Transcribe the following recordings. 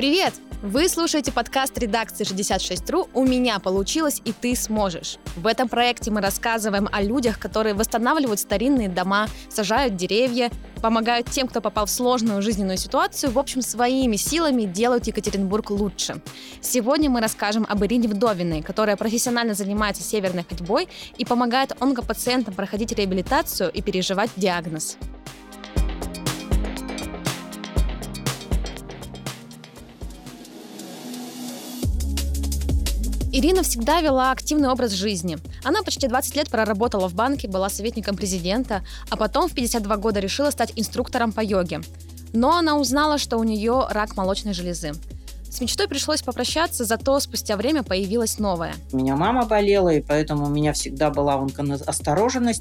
Привет! Вы слушаете подкаст редакции 66.ru «У меня получилось, и ты сможешь». В этом проекте мы рассказываем о людях, которые восстанавливают старинные дома, сажают деревья, помогают тем, кто попал в сложную жизненную ситуацию, в общем, своими силами делают Екатеринбург лучше. Сегодня мы расскажем об Ирине Вдовиной, которая профессионально занимается северной ходьбой и помогает онкопациентам проходить реабилитацию и переживать диагноз. Ирина всегда вела активный образ жизни. Она почти 20 лет проработала в банке, была советником президента, а потом в 52 года решила стать инструктором по йоге. Но она узнала, что у нее рак молочной железы. С мечтой пришлось попрощаться, зато спустя время появилась новая. У меня мама болела, и поэтому у меня всегда была онкоостороженность.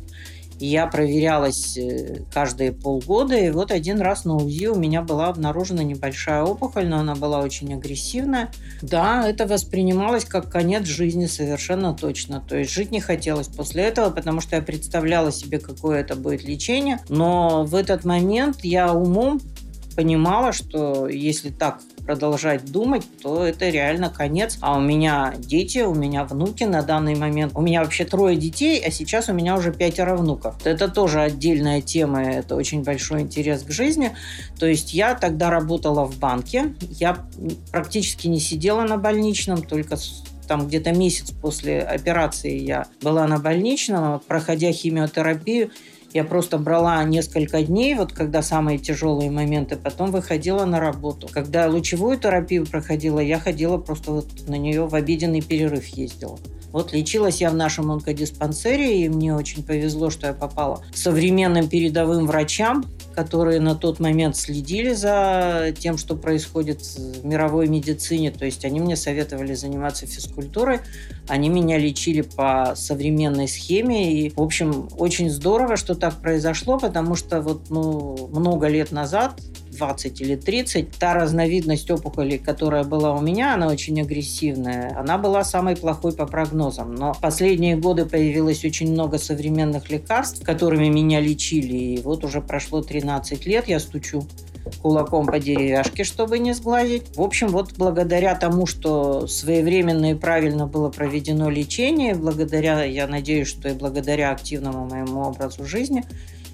Я проверялась каждые полгода, и вот один раз на УЗИ у меня была обнаружена небольшая опухоль, но она была очень агрессивная. Да, это воспринималось как конец жизни совершенно точно. То есть жить не хотелось после этого, потому что я представляла себе, какое это будет лечение. Но в этот момент я умом понимала, что если так продолжать думать, то это реально конец. А у меня дети, у меня внуки на данный момент. У меня вообще 3 детей, а сейчас у меня уже 5 внуков. Это тоже отдельная тема, это очень большой интерес к жизни. То есть я тогда работала в банке, я практически не сидела на больничном, только там где-то месяц после операции я была на больничном, проходя химиотерапию. Я просто брала несколько дней, вот когда самые тяжелые моменты, потом выходила на работу. Когда лучевую терапию проходила, я ходила просто вот на нее в обеденный перерыв ездила. Вот лечилась я в нашем онкодиспансере, и мне очень повезло, что я попала к современным передовым врачам, которые на тот момент следили за тем, что происходит в мировой медицине. То есть они мне советовали заниматься физкультурой, они меня лечили по современной схеме. И, в общем, очень здорово, что так произошло, потому что вот, много лет назад, 20 или 30, та разновидность опухоли, которая была у меня, она очень агрессивная, она была самой плохой по прогнозам. Но в последние годы появилось очень много современных лекарств, которыми меня лечили. И вот уже прошло 13 лет, я стучу кулаком по деревяшке, чтобы не сглазить. В общем, вот благодаря тому, что своевременно и правильно было проведено лечение, я надеюсь, что и благодаря активному моему образу жизни,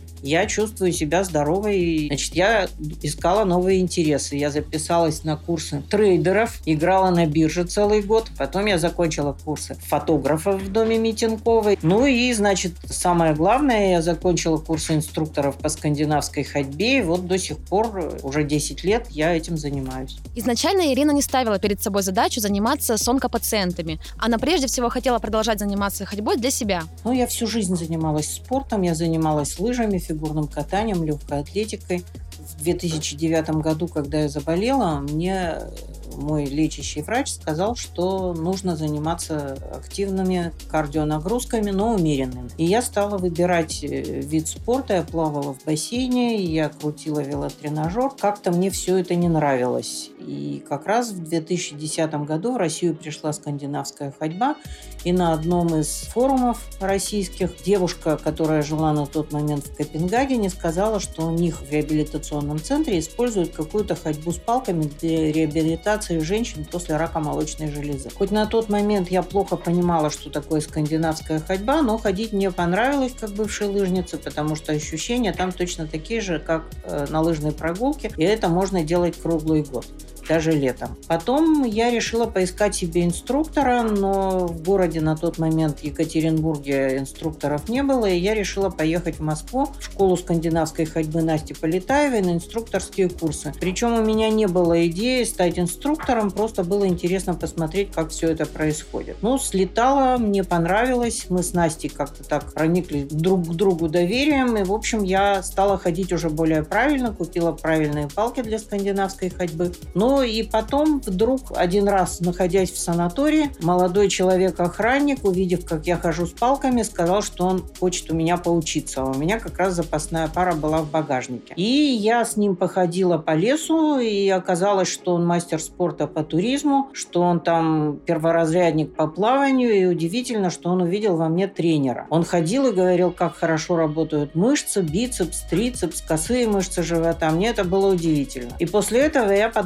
я чувствую себя здоровой. Значит, я искала новые интересы. Я записалась на курсы трейдеров, играла на бирже целый год. Потом я закончила курсы фотографов в доме Митенковой. И, значит, самое главное, я закончила курсы инструкторов по скандинавской ходьбе. И вот до сих пор, уже 10 лет, я этим занимаюсь. Изначально Ирина не ставила перед собой задачу заниматься с онкопациентами. Она прежде всего хотела продолжать заниматься ходьбой для себя. Я всю жизнь занималась спортом. Я занималась лыжами, фигурным катанием, легкой атлетикой. В 2009 году, когда я заболела, мне мой лечащий врач сказал, что нужно заниматься активными кардионагрузками, но умеренными. И я стала выбирать вид спорта. Я плавала в бассейне, я крутила велотренажер. Как-то мне все это не нравилось. И как раз в 2010 году в Россию пришла скандинавская ходьба. И на одном из форумов российских девушка, которая жила на тот момент в Копенгагене, сказала, что у них в реабилитационном центре используют какую-то ходьбу с палками для реабилитации женщин после рака молочной железы. Хоть на тот момент я плохо понимала, что такое скандинавская ходьба, но ходить мне понравилось как бывшей лыжнице, потому что ощущения там точно такие же, как на лыжной прогулке, и это можно делать круглый год. Даже летом. Потом я решила поискать себе инструктора, но в городе на тот момент, в Екатеринбурге, инструкторов не было, и я решила поехать в Москву, в школу скандинавской ходьбы Насти Полетаевой на инструкторские курсы. Причем у меня не было идеи стать инструктором, просто было интересно посмотреть, как все это происходит. Слетала, мне понравилось, мы с Настей как-то так проникли друг к другу доверием, и, в общем, я стала ходить уже более правильно, купила правильные палки для скандинавской ходьбы. И потом вдруг один раз, находясь в санатории, молодой человек-охранник, увидев, как я хожу с палками, сказал, что он хочет у меня поучиться. А у меня как раз запасная пара была в багажнике. И я с ним походила по лесу, и оказалось, что он мастер спорта по туризму, что он там перворазрядник по плаванию, и удивительно, что он увидел во мне тренера. Он ходил и говорил, как хорошо работают мышцы, бицепс, трицепс, косые мышцы живота. Мне это было удивительно. И после этого я подумала, что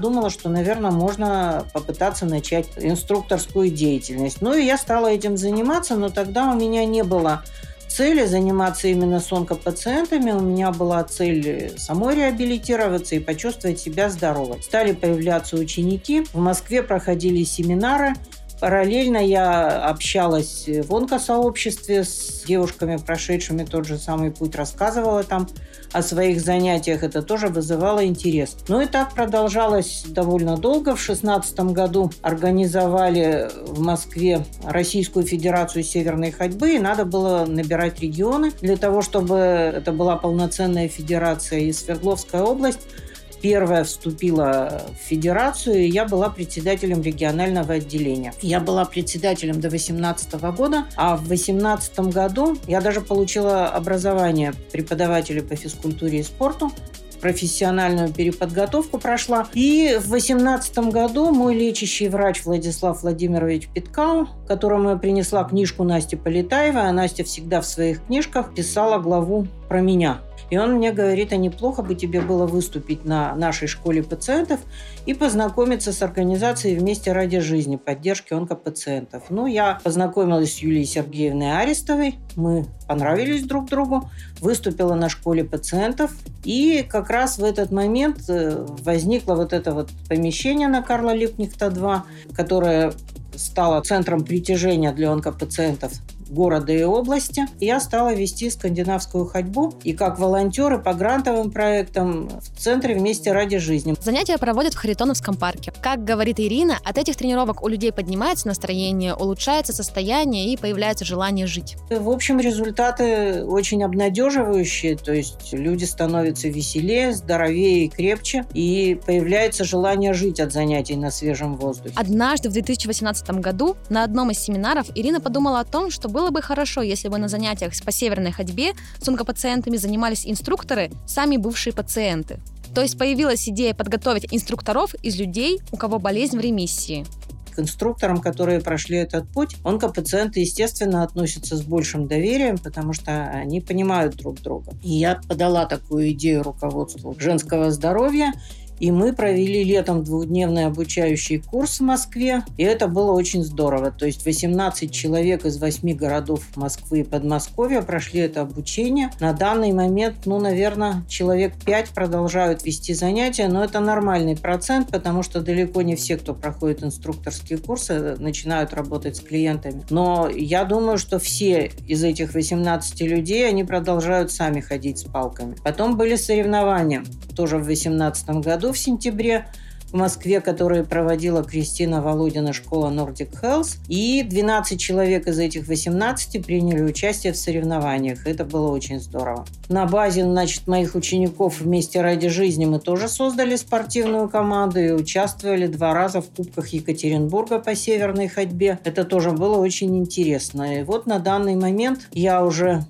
что, наверное, можно попытаться начать инструкторскую деятельность. Ну и я стала этим заниматься, но тогда у меня не было цели заниматься именно с онкопациентами. У меня была цель самой реабилитироваться и почувствовать себя здоровой. Стали появляться ученики. В Москве проходили семинары. Параллельно я общалась в онкосообществе с девушками, прошедшими тот же самый путь, рассказывала там о своих занятиях. Это тоже вызывало интерес. Ну и так продолжалось довольно долго. В 2016 году организовали в Москве Российскую Федерацию Северной ходьбы, и надо было набирать регионы для того, чтобы это была полноценная федерация. И Свердловская область первая вступила в федерацию, и я была председателем регионального отделения. Я была председателем до 2018 года, а в 2018 году я даже получила образование преподавателя по физкультуре и спорту, профессиональную переподготовку прошла. И в 2018 году мой лечащий врач Владислав Владимирович Питкау, которому я принесла книжку Насти Полетаевой, а Настя всегда в своих книжках писала главу про меня. И он мне говорит, а неплохо бы тебе было выступить на нашей школе пациентов и познакомиться с организацией «Вместе ради жизни» поддержки онкопациентов. Ну, я познакомилась с Юлией Сергеевной Арестовой, мы понравились друг другу, выступила на школе пациентов. И как раз в этот момент возникло вот это вот помещение на Карла Липкнехта 2, которое стало центром притяжения для онкопациентов города и области. Я стала вести скандинавскую ходьбу и как волонтеры по грантовым проектам в центре «Вместе ради жизни». Занятия проводят в Харитоновском парке. Как говорит Ирина, от этих тренировок у людей поднимается настроение, улучшается состояние и появляется желание жить. В общем, результаты очень обнадеживающие, то есть люди становятся веселее, здоровее и крепче, и появляется желание жить от занятий на свежем воздухе. Однажды в 2018 году на одном из семинаров Ирина подумала о том, что было бы хорошо, если бы на занятиях по северной ходьбе с онкопациентами занимались инструкторы, сами бывшие пациенты. То есть появилась идея подготовить инструкторов из людей, у кого болезнь в ремиссии. К инструкторам, которые прошли этот путь, онкопациенты, естественно, относятся с большим доверием, потому что они понимают друг друга. И я подала такую идею руководству женского здоровья, и мы провели летом двухдневный обучающий курс в Москве, и это было очень здорово. То есть 18 человек из 8 городов Москвы и Подмосковья прошли это обучение. На данный момент, наверное, человек 5 продолжают вести занятия, но это нормальный процент, потому что далеко не все, кто проходит инструкторские курсы, начинают работать с клиентами. Но я думаю, что все из этих 18 людей, они продолжают сами ходить с палками. Потом были соревнования, тоже в 2018 году, в сентябре, в Москве, которые проводила Кристина Володина, школа Nordic Health. И 12 человек из этих 18 приняли участие в соревнованиях. Это было очень здорово. На базе, моих учеников «Вместе ради жизни» мы тоже создали спортивную команду и участвовали 2 раза в Кубках Екатеринбурга по северной ходьбе. Это тоже было очень интересно. И вот на данный момент я уже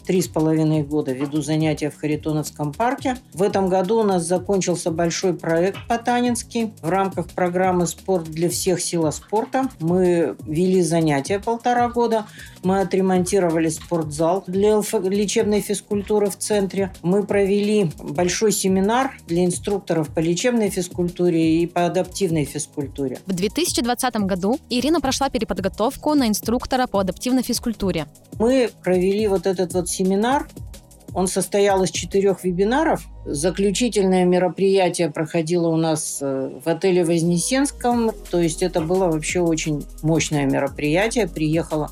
3,5 года веду занятия в Харитоновском парке. В этом году у нас закончился большой проект Потанинский. В рамках программы «Спорт для всех. Сила спорта» мы вели занятия 1,5 года. Мы отремонтировали спортзал для лечебной физкультуры в центре. Мы провели большой семинар для инструкторов по лечебной физкультуре и по адаптивной физкультуре. В 2020 году Ирина прошла переподготовку на инструктора по адаптивной физкультуре. Мы провели вот этот семинар. Он состоял из 4 вебинаров. Заключительное мероприятие проходило у нас в отеле Вознесенском. То есть это было вообще очень мощное мероприятие. Приехало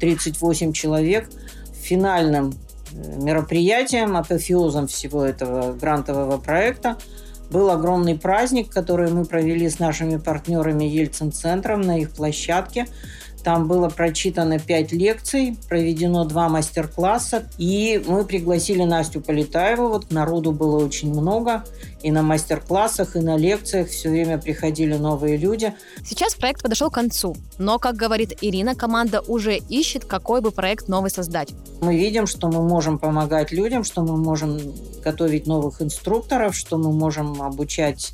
38 человек. Финальным мероприятием, апофеозом всего этого грантового проекта был огромный праздник, который мы провели с нашими партнерами Ельцин-центром на их площадке. Там было прочитано 5 лекций, проведено 2 мастер-класса, и мы пригласили Настю Полетаеву. Вот народу было очень много, и на мастер-классах, и на лекциях все время приходили новые люди. Сейчас проект подошел к концу, но, как говорит Ирина, команда уже ищет, какой бы проект новый создать. Мы видим, что мы можем помогать людям, что мы можем готовить новых инструкторов, что мы можем обучать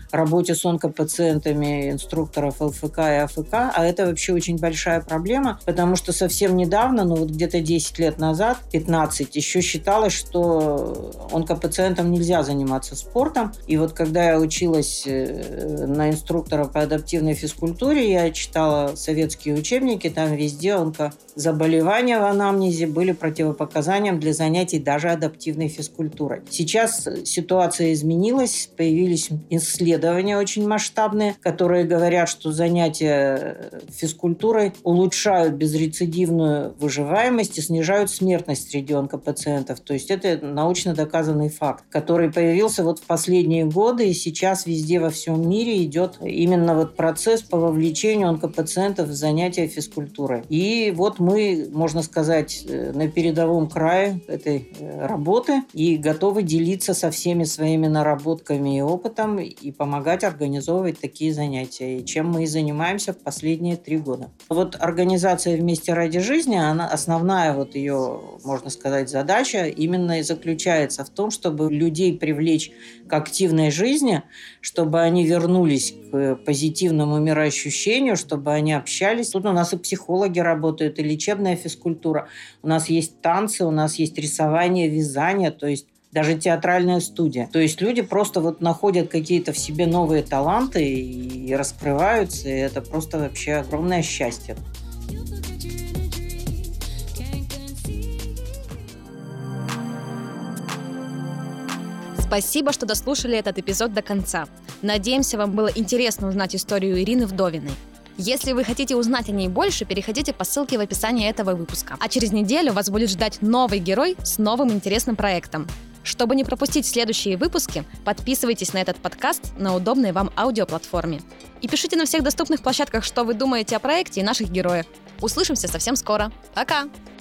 работе с онкопациентами инструкторов ЛФК и АФК, а это вообще очень большая проблема, потому что совсем недавно, вот где-то 10 лет назад, 15, еще считалось, что онкопациентам нельзя заниматься спортом. И вот когда я училась на инструктора по адаптивной физкультуре, я читала советские учебники, там везде онкозаболевания в анамнезе были противопоказанием для занятий даже адаптивной физкультурой. Сейчас ситуация изменилась, появились исследования очень масштабные, которые говорят, что занятия физкультурой улучшают безрецидивную выживаемость и снижают смертность среди онкопациентов. То есть это научно доказанный факт, который появился в последние годы, и сейчас везде во всем мире идет именно процесс по вовлечению онкопациентов в занятия физкультурой. И мы, можно сказать, на передовом крае этой работы и готовы делиться со всеми своими наработками и опытом и помогать организовывать такие занятия. И чем мы и занимаемся в последние 3 года. Организация «Вместе ради жизни», она основная ее, можно сказать, задача именно и заключается в том, чтобы людей привлечь к активной жизни, чтобы они вернулись к позитивному мироощущению, чтобы они общались. Тут у нас и психологи работают, и лечебная физкультура. У нас есть танцы, у нас есть рисование, вязание, то есть даже театральная студия. То есть люди просто находят какие-то в себе новые таланты и раскрываются, и это просто вообще огромное счастье. Спасибо, что дослушали этот эпизод до конца. Надеемся, вам было интересно узнать историю Ирины Вдовиной. Если вы хотите узнать о ней больше, переходите по ссылке в описании этого выпуска. А через неделю вас будет ждать новый герой с новым интересным проектом. Чтобы не пропустить следующие выпуски, подписывайтесь на этот подкаст на удобной вам аудиоплатформе. И пишите на всех доступных площадках, что вы думаете о проекте и наших героях. Услышимся совсем скоро. Пока!